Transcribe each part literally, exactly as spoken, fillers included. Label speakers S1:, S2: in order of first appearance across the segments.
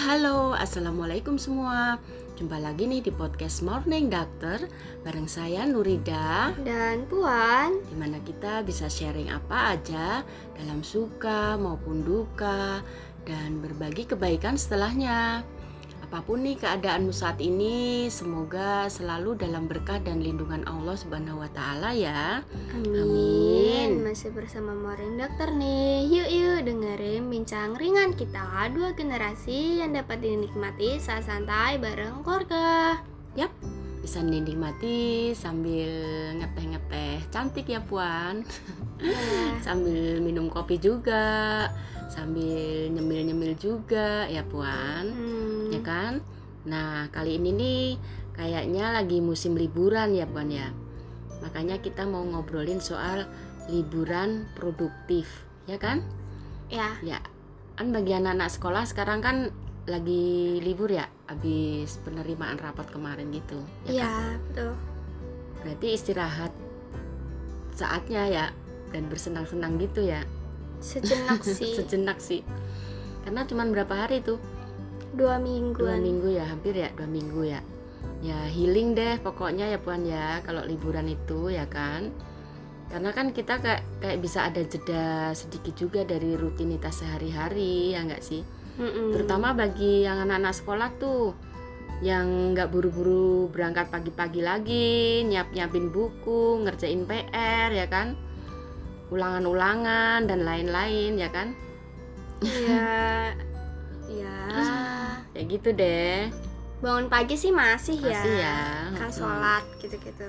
S1: Halo, assalamualaikum semua. Jumpa lagi nih di podcast Morning Doctor bareng saya Nurida
S2: dan Puan,
S1: dimana kita bisa sharing apa aja dalam suka maupun duka dan berbagi kebaikan setelahnya. Apapun nih keadaanmu saat ini, semoga selalu dalam berkah dan lindungan Allah Subhanahu wa Ta'ala ya.
S2: Amin.
S1: Amin.
S2: Masih bersama Morning Doctor nih. Yuk yuk dengerin bincang ringan kita, dua generasi yang dapat dinikmati saat santai bareng keluarga.
S1: Yap, bisa dinikmati sambil ngeteh-ngeteh cantik ya Puan.
S2: Ya.
S1: Sambil minum kopi juga, sambil nyemil-nyemil juga ya Puan.
S2: Hmm.
S1: Ya kan? Nah, kali ini nih kayaknya lagi musim liburan ya Puan ya. Makanya kita mau ngobrolin soal liburan produktif, ya kan?
S2: Ya.
S1: Ya. Kan bagi anak-anak sekolah sekarang kan lagi libur ya, habis penerimaan rapat kemarin gitu. Ya,
S2: Iya,
S1: kan?
S2: betul.
S1: Berarti istirahat saatnya ya dan bersenang-senang gitu ya.
S2: Sejenak sih.
S1: Sejenak sih. Karena cuma berapa hari tuh?
S2: Dua minggu.
S1: Dua minggu ya, hampir ya dua minggu ya. Ya healing deh pokoknya ya Puan ya kalau liburan itu ya kan. Karena kan kita kayak kayak bisa ada jeda sedikit juga dari rutinitas sehari-hari ya nggak sih.
S2: Mm-mm.
S1: Terutama bagi yang anak-anak sekolah tuh yang nggak buru-buru berangkat pagi-pagi lagi, nyiap-nyiapin buku, ngerjain P R ya kan, ulangan-ulangan dan lain-lain ya kan.
S2: Iya. Ya.
S1: Ya gitu deh.
S2: Bangun pagi sih masih, ya.
S1: Masih ya.
S2: Kan
S1: Mm-mm.
S2: sholat gitu-gitu.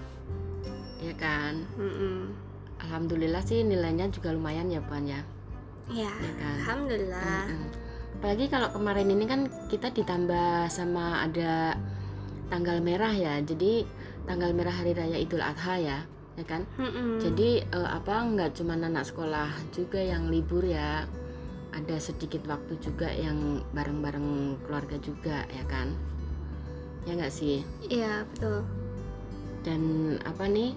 S1: Ya kan.
S2: Mm-mm.
S1: Alhamdulillah sih nilainya juga lumayan ya Puan ya.
S2: Ya.
S1: Ya kan?
S2: Alhamdulillah.
S1: Mm-mm. Apalagi kalau kemarin ini kan kita ditambah sama ada tanggal merah ya. Jadi tanggal merah hari raya Idul Adha ya, ya kan?
S2: Mm-mm.
S1: Jadi eh, apa nggak cuma anak sekolah juga yang libur ya. Ada sedikit waktu juga yang bareng-bareng keluarga juga ya kan? Ya nggak sih?
S2: Iya, betul.
S1: Dan apa nih?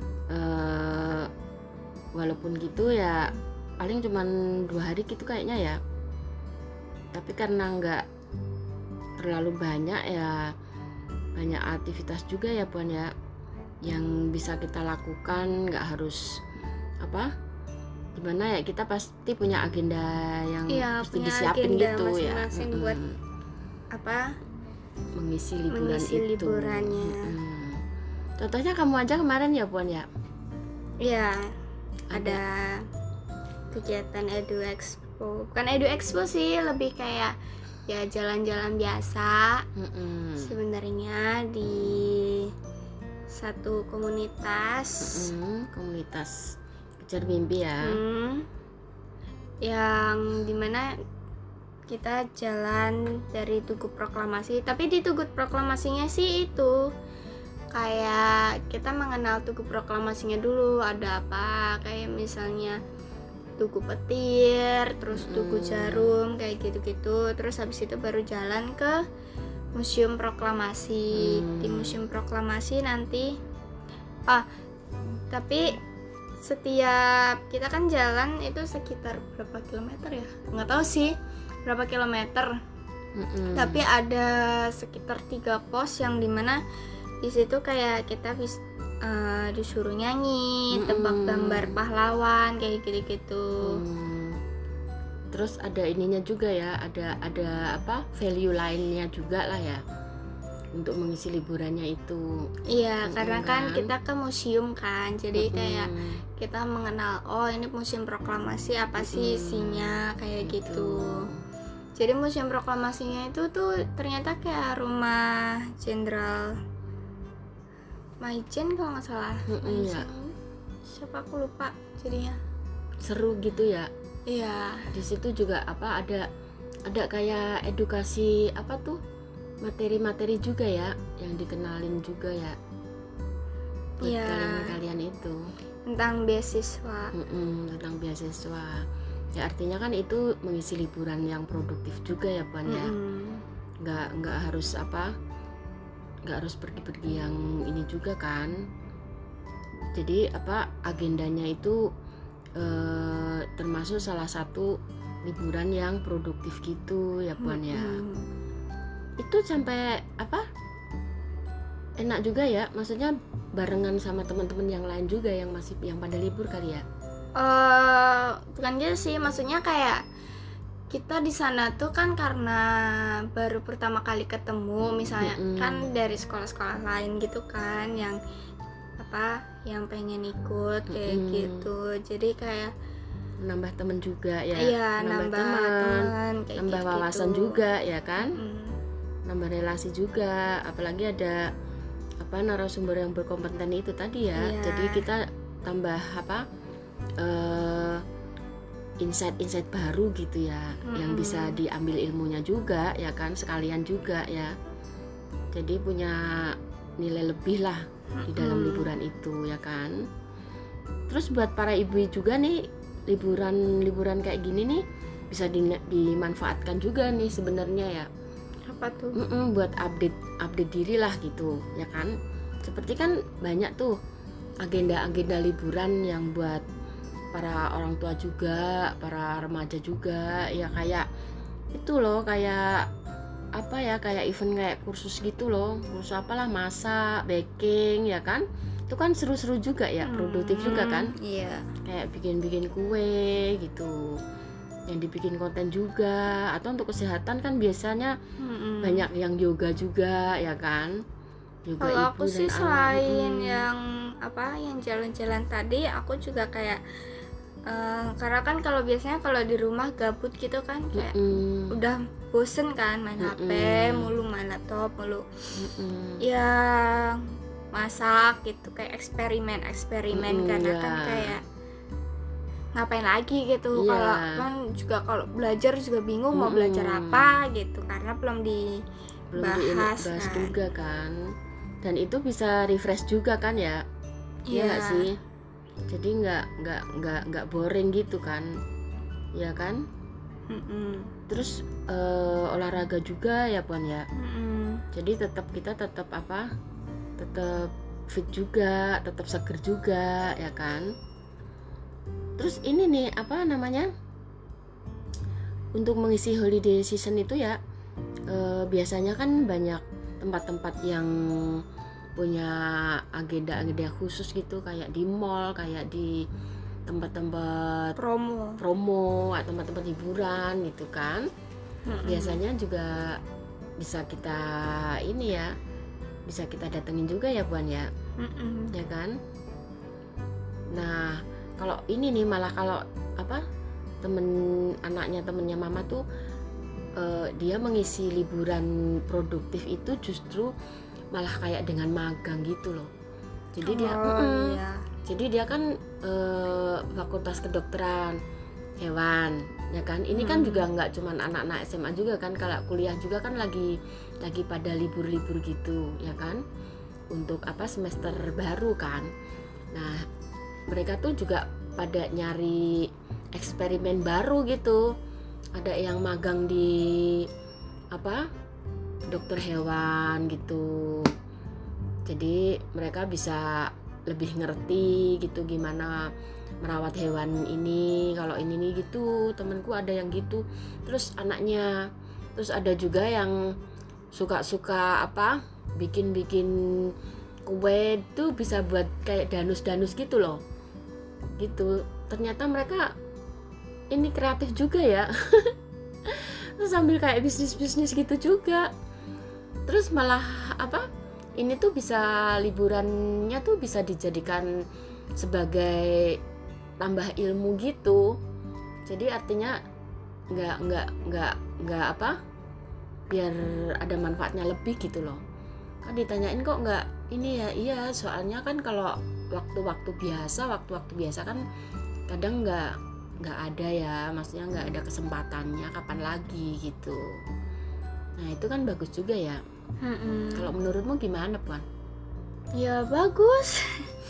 S1: Eh, walaupun gitu ya paling cuma dua hari gitu kayaknya ya. Tapi karena nggak terlalu banyak ya, banyak aktivitas juga ya Puan ya yang bisa kita lakukan, nggak harus apa gimana ya, kita pasti punya agenda yang
S2: Iya,
S1: mesti
S2: punya
S1: disiapin
S2: agenda
S1: gitu ya
S2: masing-masing
S1: Mm-mm.
S2: buat apa
S1: mengisi liburan
S2: mengisi
S1: itu
S2: liburannya.
S1: Mm-mm. Contohnya kamu aja kemarin ya Puan ya.
S2: Iya,
S1: Ada.
S2: ada kegiatan Edu Expo. Bukan Edu Expo sih, lebih kayak ya jalan-jalan biasa
S1: Mm-mm.
S2: sebenarnya di satu komunitas.
S1: Mm-mm. Komunitas Kejar Mimpi ya.
S2: Hmm, yang dimana kita jalan dari Tugu Proklamasi. Tapi di Tugu Proklamasinya sih itu kayak kita mengenal Tugu Proklamasinya dulu, ada apa, kayak misalnya Tugu Petir, terus Tugu
S1: Hmm.
S2: Jarum, kayak gitu-gitu. Terus habis itu baru jalan ke Museum Proklamasi.
S1: Hmm.
S2: Di Museum Proklamasi nanti ah tapi setiap kita kan jalan itu sekitar berapa kilometer ya? Nggak tahu sih berapa kilometer.
S1: Mm-mm.
S2: Tapi ada sekitar tiga pos yang dimana di situ kayak kita bisa uh, disuruh nyanyi,
S1: Mm-mm.
S2: tebak gambar pahlawan kayak gitu-gitu.
S1: Hmm. Terus ada ininya juga ya, ada ada apa value lainnya juga lah ya untuk mengisi liburannya itu.
S2: Iya,
S1: Mm-mm,
S2: karena kan
S1: kan?
S2: kita ke museum kan, jadi
S1: Mm-mm.
S2: kayak kita mengenal, oh ini museum proklamasi apa sih
S1: Mm-mm.
S2: isinya kayak gitu. Jadi museum proklamasinya itu tuh ternyata kayak rumah Jenderal Maijen kalau nggak salah.
S1: Mm-mm, ya.
S2: Siapa aku lupa jadinya.
S1: Seru gitu ya.
S2: Iya.
S1: Di situ juga apa ada ada kayak edukasi apa tuh materi-materi juga ya yang dikenalin juga ya buat
S2: Iya.
S1: kalian-kalian itu.
S2: Tentang beasiswa.
S1: Mm-mm, tentang beasiswa. Ya artinya kan itu mengisi liburan yang produktif juga ya Puan ya.
S2: Mm-mm.
S1: Nggak nggak harus apa nggak harus pergi-pergi yang ini juga kan. Jadi apa agendanya itu eh, termasuk salah satu liburan yang produktif gitu ya Puan ya.
S2: Mm-mm.
S1: Itu sampai apa enak juga ya, maksudnya barengan sama teman-teman yang lain juga yang masih yang pada libur kali ya.
S2: Eh, bukan gitu sih, maksudnya kayak kita di sana tuh kan karena baru pertama kali ketemu, misalnya
S1: Mm-mm.
S2: kan dari sekolah-sekolah lain gitu kan, yang apa, yang pengen ikut kayak
S1: Mm-mm.
S2: gitu, jadi kayak
S1: Nambah temen juga ya,
S2: iya nambah
S1: teman,
S2: teman kayak
S1: nambah
S2: gitu-gitu.
S1: wawasan juga ya kan,
S2: Mm.
S1: nambah relasi juga, apalagi ada apa narasumber yang berkompeten itu tadi ya.
S2: Iya.
S1: Jadi kita tambah apa eh, insight-insight baru gitu ya, yang
S2: Mm-mm.
S1: bisa diambil ilmunya juga ya kan, sekalian juga ya. Jadi punya nilai lebih lah di dalam
S2: Mm-mm.
S1: liburan itu ya kan. Terus buat para ibu juga nih, liburan-liburan kayak gini nih bisa di- dimanfaatkan juga nih sebenarnya ya.
S2: Apa tuh?
S1: Mm-mm, buat update update diri lah gitu ya kan. Seperti kan banyak tuh agenda-agenda liburan yang buat para orang tua juga, para remaja juga ya, kayak itu loh, kayak apa ya, kayak event kayak kursus gitu loh, kursus apalah, masak, baking ya kan. Itu kan seru-seru juga ya, produktif juga kan,
S2: Iya.
S1: kayak bikin-bikin kue gitu, yang dibikin konten juga. Atau untuk kesehatan kan biasanya
S2: Mm-mm.
S1: banyak yang yoga juga ya kan, yoga
S2: Kalau
S1: ibu
S2: aku
S1: dan
S2: sih
S1: anak.
S2: selain
S1: Mm-mm.
S2: yang apa, yang jalan-jalan tadi, aku juga kayak eh, karena kan kalau biasanya kalau di rumah gabut gitu kan, kayak
S1: Mm-mm.
S2: udah bosen kan main H P
S1: Mm-mm.
S2: mulu, main laptop mulu,
S1: Mm-mm.
S2: ya masak gitu, kayak eksperimen eksperimen
S1: Mm-mm,
S2: karena
S1: ya.
S2: kan kayak ngapain lagi gitu.
S1: Iya.
S2: Kalau kan juga kalau belajar juga bingung mau belajar
S1: Mm-mm.
S2: apa gitu, karena belum
S1: belum
S2: dibahas
S1: dibahas
S2: kan.
S1: juga kan, dan itu bisa refresh juga kan ya. Iya nggak sih, jadi nggak nggak nggak nggak boring gitu kan ya kan.
S2: Mm-mm.
S1: Terus eh, olahraga juga ya Puan ya,
S2: Mm-mm.
S1: jadi tetap kita tetap apa tetap fit juga, tetap seger juga ya kan. Terus ini nih apa namanya, untuk mengisi holiday season itu ya, eh, biasanya kan banyak tempat-tempat yang punya agenda-agenda khusus gitu, kayak di mall, kayak di tempat-tempat
S2: Promo.
S1: promo atau tempat-tempat hiburan gitu kan.
S2: Mm-mm.
S1: Biasanya juga bisa kita ini ya, bisa kita datengin juga ya Puan ya,
S2: Mm-mm.
S1: ya kan. Nah kalau ini nih malah kalau apa temen anaknya temennya mama tuh eh, dia mengisi liburan produktif itu justru malah kayak dengan magang gitu loh. Jadi dia
S2: Oh,
S1: mm-mm.
S2: iya.
S1: jadi dia kan eh, fakultas kedokteran hewan ya kan. Ini kan
S2: Hmm.
S1: juga nggak cuman anak-anak S M A juga kan, kalau kuliah juga kan lagi lagi pada libur-libur gitu ya kan, untuk apa semester baru kan. Nah mereka tuh juga pada nyari eksperimen baru gitu. Ada yang magang di apa dokter hewan gitu, jadi mereka bisa lebih ngerti gitu gimana merawat hewan ini, kalau ini nih gitu. Temanku ada yang gitu, terus anaknya. Terus ada juga yang suka-suka apa bikin-bikin kue tuh bisa buat kayak danus-danus gitu loh gitu. Ternyata mereka ini kreatif juga ya. Terus sambil kayak bisnis-bisnis gitu juga. Terus malah apa ini tuh bisa liburannya tuh bisa dijadikan sebagai tambah ilmu gitu. Jadi artinya nggak nggak nggak nggak apa biar ada manfaatnya lebih gitu loh. Kan ditanyain kok nggak ini ya, iya soalnya kan kalau waktu-waktu biasa waktu-waktu biasa kan kadang nggak nggak ada ya, maksudnya nggak ada kesempatannya, kapan lagi gitu. Nah itu kan bagus juga ya.
S2: Mm-mm.
S1: Kalau menurutmu gimana Puan?
S2: Ya bagus.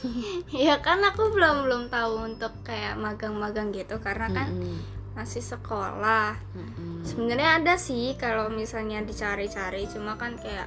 S2: Ya kan aku belum belum tahu untuk kayak magang-magang gitu, karena kan
S1: Mm-mm.
S2: masih sekolah.
S1: Mm-mm.
S2: Sebenarnya ada sih kalau misalnya dicari-cari, cuma kan kayak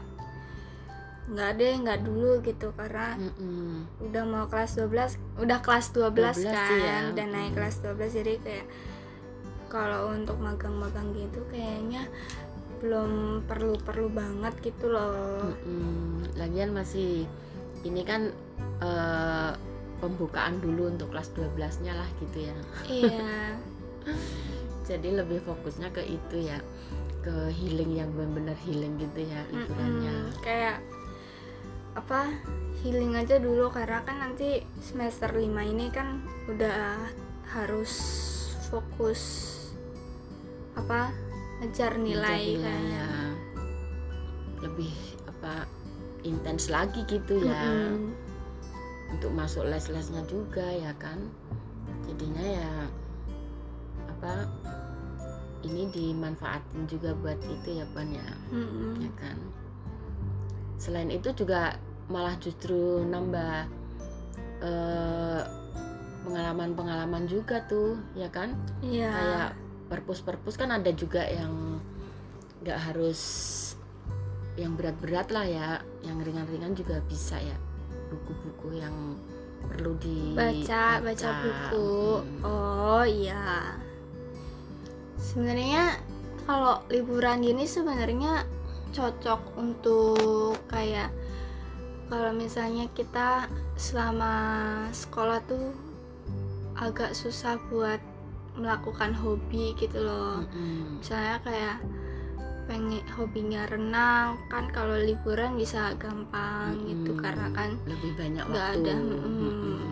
S2: nggak deh, nggak dulu gitu, karena
S1: Mm-mm.
S2: udah mau kelas dua belas, udah kelas dua belas
S1: dua belas
S2: kan,
S1: sih ya.
S2: udah naik
S1: Mm.
S2: kelas dua belas, jadi kayak kalau untuk magang-magang gitu kayaknya belum perlu-perlu banget gitu loh.
S1: Mm-mm. Lagian masih ini kan uh, pembukaan dulu untuk kelas dua belas-nya lah gitu ya.
S2: Iya.
S1: Jadi lebih fokusnya ke itu ya, ke healing yang benar-benar healing gitu ya liburannya.
S2: Mm-mm. Kayak apa, healing aja dulu karena kan nanti semester lima ini kan udah harus fokus apa ngejar nilai,
S1: Ngejar
S2: kan.
S1: ya. Lebih apa intens lagi gitu ya.
S2: Mm-mm.
S1: Untuk masuk les-lesnya juga ya kan. Jadinya ya apa ini dimanfaatin juga buat itu ya Pan ya.
S2: Mm-mm.
S1: Ya kan. Selain itu juga malah justru nambah eh, pengalaman-pengalaman juga tuh ya kan.
S2: Iya.
S1: Kayak perpus-perpus kan ada juga yang nggak harus yang berat-berat lah ya, yang ringan-ringan juga bisa ya, buku-buku yang perlu
S2: baca
S1: dibaca.
S2: baca buku.
S1: Hmm.
S2: Oh iya, sebenarnya kalau liburan gini sebenarnya cocok untuk kayak kalau misalnya kita selama sekolah tuh agak susah buat melakukan hobi gitu loh.
S1: Mm-mm.
S2: Misalnya kayak pengen hobinya renang kan kalau liburan bisa gampang
S1: Mm-mm.
S2: gitu karena kan
S1: lebih banyak
S2: nggak
S1: waktu.
S2: ada, mm-mm.
S1: Mm-mm.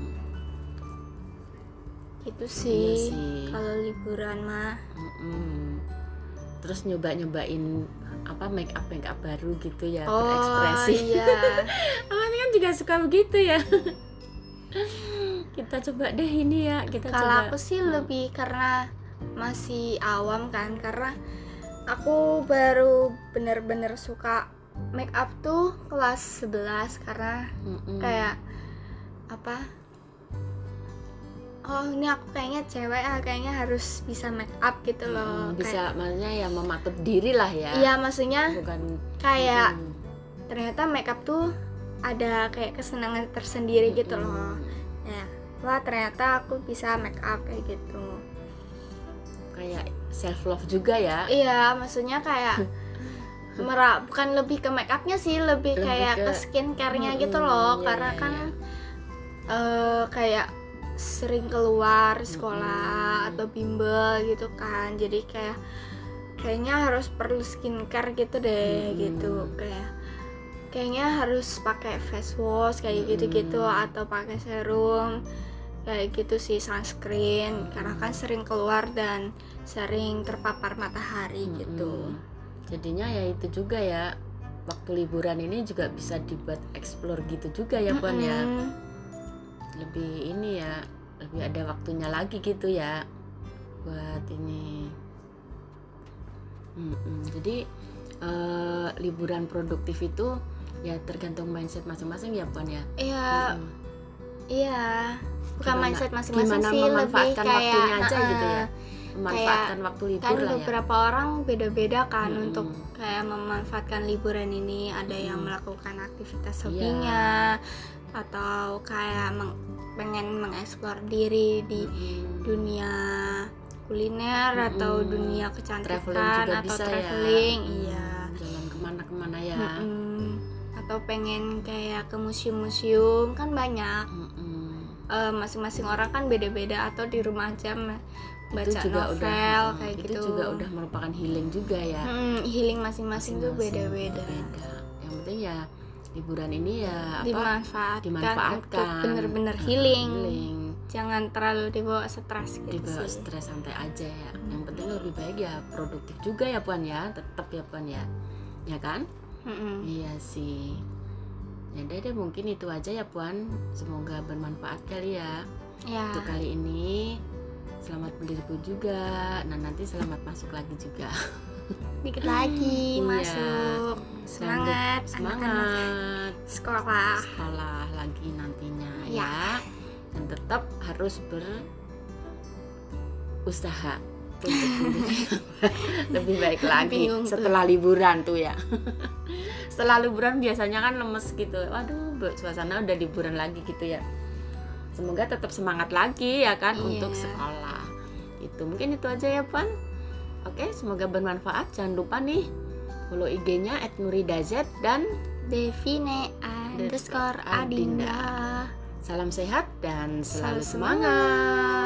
S2: gitu
S1: Iya
S2: sih,
S1: sih.
S2: kalau liburan mah.
S1: Mm-mm. Terus nyoba-nyobain apa make up make up baru gitu ya,
S2: Oh
S1: berekspresi.
S2: iya.
S1: Awalnya kan juga suka begitu ya. Kita coba deh ini ya, kita
S2: Kalau
S1: coba.
S2: aku sih lebih karena masih awam kan, karena aku baru bener-bener suka make up tuh kelas sebelas karena
S1: Mm-mm.
S2: kayak apa, oh ini aku kayaknya cewek ah, kayaknya harus bisa make up gitu loh.
S1: Mm, bisa maksudnya ya mematuk diri lah ya.
S2: Iya, maksudnya
S1: Bukan
S2: kayak
S1: mm,
S2: ternyata make up tuh ada kayak kesenangan tersendiri gitu
S1: mm,
S2: loh. Ya, wah ternyata aku bisa make up kayak gitu.
S1: kayak self love juga ya.
S2: Iya, maksudnya kayak merah, bukan lebih ke make upnya sih, lebih,
S1: Lebih
S2: kayak
S1: ke-
S2: ke skincare-nya
S1: Mm-mm,
S2: gitu loh.
S1: iya,
S2: Karena
S1: iya,
S2: kan
S1: iya.
S2: eh, kayak sering keluar sekolah
S1: Mm-mm.
S2: atau bimbel gitu kan, jadi kayak kayaknya harus perlu skincare gitu deh.
S1: Mm-mm.
S2: Gitu kayak kayaknya harus pakai face wash kayak
S1: Mm-mm.
S2: gitu-gitu atau pakai serum kayak gitu sih, sunscreen, karena kan sering keluar dan sering terpapar matahari gitu.
S1: Mm-mm. Jadinya ya itu juga ya, waktu liburan ini juga bisa dibuat explore gitu juga ya Puan ya.
S2: Mm-mm.
S1: Lebih ini ya, lebih ada waktunya lagi gitu ya buat ini. Mm-mm. Jadi eh, liburan produktif itu ya tergantung mindset masing-masing ya Puan ya.
S2: Iya,
S1: Mm-mm.
S2: iya. Bukan
S1: Gimana-
S2: mindset masing-masing
S1: gimana
S2: sih, lebih
S1: memanfaatkan
S2: kayak
S1: waktunya aja
S2: uh-uh.
S1: gitu ya, memanfaatkan waktu libur
S2: Kan
S1: lah ya.
S2: beberapa orang beda-beda kan
S1: Mm-mm.
S2: untuk kayak memanfaatkan liburan ini. Ada yang
S1: Mm-mm.
S2: melakukan aktivitas
S1: Iya.
S2: hobinya atau kayak meng- pengen mengeksplor diri di
S1: Mm-mm.
S2: dunia kuliner atau
S1: Mm-mm.
S2: dunia
S1: Traveling
S2: kecantikan
S1: juga
S2: atau
S1: bisa
S2: traveling,
S1: ya.
S2: iya.
S1: Mm, jalan kemana-kemana ya.
S2: Mm-mm. Atau pengen kayak ke museum-museum kan banyak.
S1: Mm-mm.
S2: Eh, masing-masing orang kan beda-beda, atau di rumah aja me- baca
S1: Itu juga
S2: novel
S1: udah,
S2: kayak
S1: itu
S2: gitu.
S1: juga udah merupakan healing juga ya.
S2: Mm, healing masing-masing tuh
S1: Masing-masing
S2: beda-beda.
S1: beda. Yang penting ya liburan ini ya apa?
S2: Dimanfaatkan,
S1: Dimanfaatkan
S2: untuk bener-bener
S1: Uh,
S2: healing.
S1: healing.
S2: Jangan terlalu dibawa stres gitu
S1: Dibawa
S2: sih.
S1: stres, santai aja ya. Yang penting lebih baik ya produktif juga ya Puan ya, tetap ya Puan ya, ya kan?
S2: Mm-mm.
S1: Iya sih. Ya udah deh, mungkin itu aja ya Puan. Semoga bermanfaat kali ya.
S2: Ya,
S1: Untuk kali ini selamat berlibur juga. Nah nanti selamat masuk lagi juga.
S2: dikit lagi
S1: Iya.
S2: masuk. Semangat,
S1: Dan
S2: anak-anak
S1: semangat
S2: sekolah.
S1: sekolah lagi nantinya
S2: Ya.
S1: ya. Dan tetap harus berusaha untuk menjadi lebih baik lagi
S2: Bingung tuh.
S1: setelah liburan tuh ya. Setelah liburan biasanya kan lemes gitu. Waduh, suasana udah liburan lagi gitu ya. Semoga tetap semangat lagi ya kan
S2: Iya.
S1: untuk sekolah. Itu mungkin itu aja ya Pan. Oke, semoga bermanfaat. Jangan lupa nih follow I G-nya et nuridaz dan
S2: Devine underscore Adinda.
S1: Salam sehat dan selalu
S2: Selalu semangat.
S1: semangat.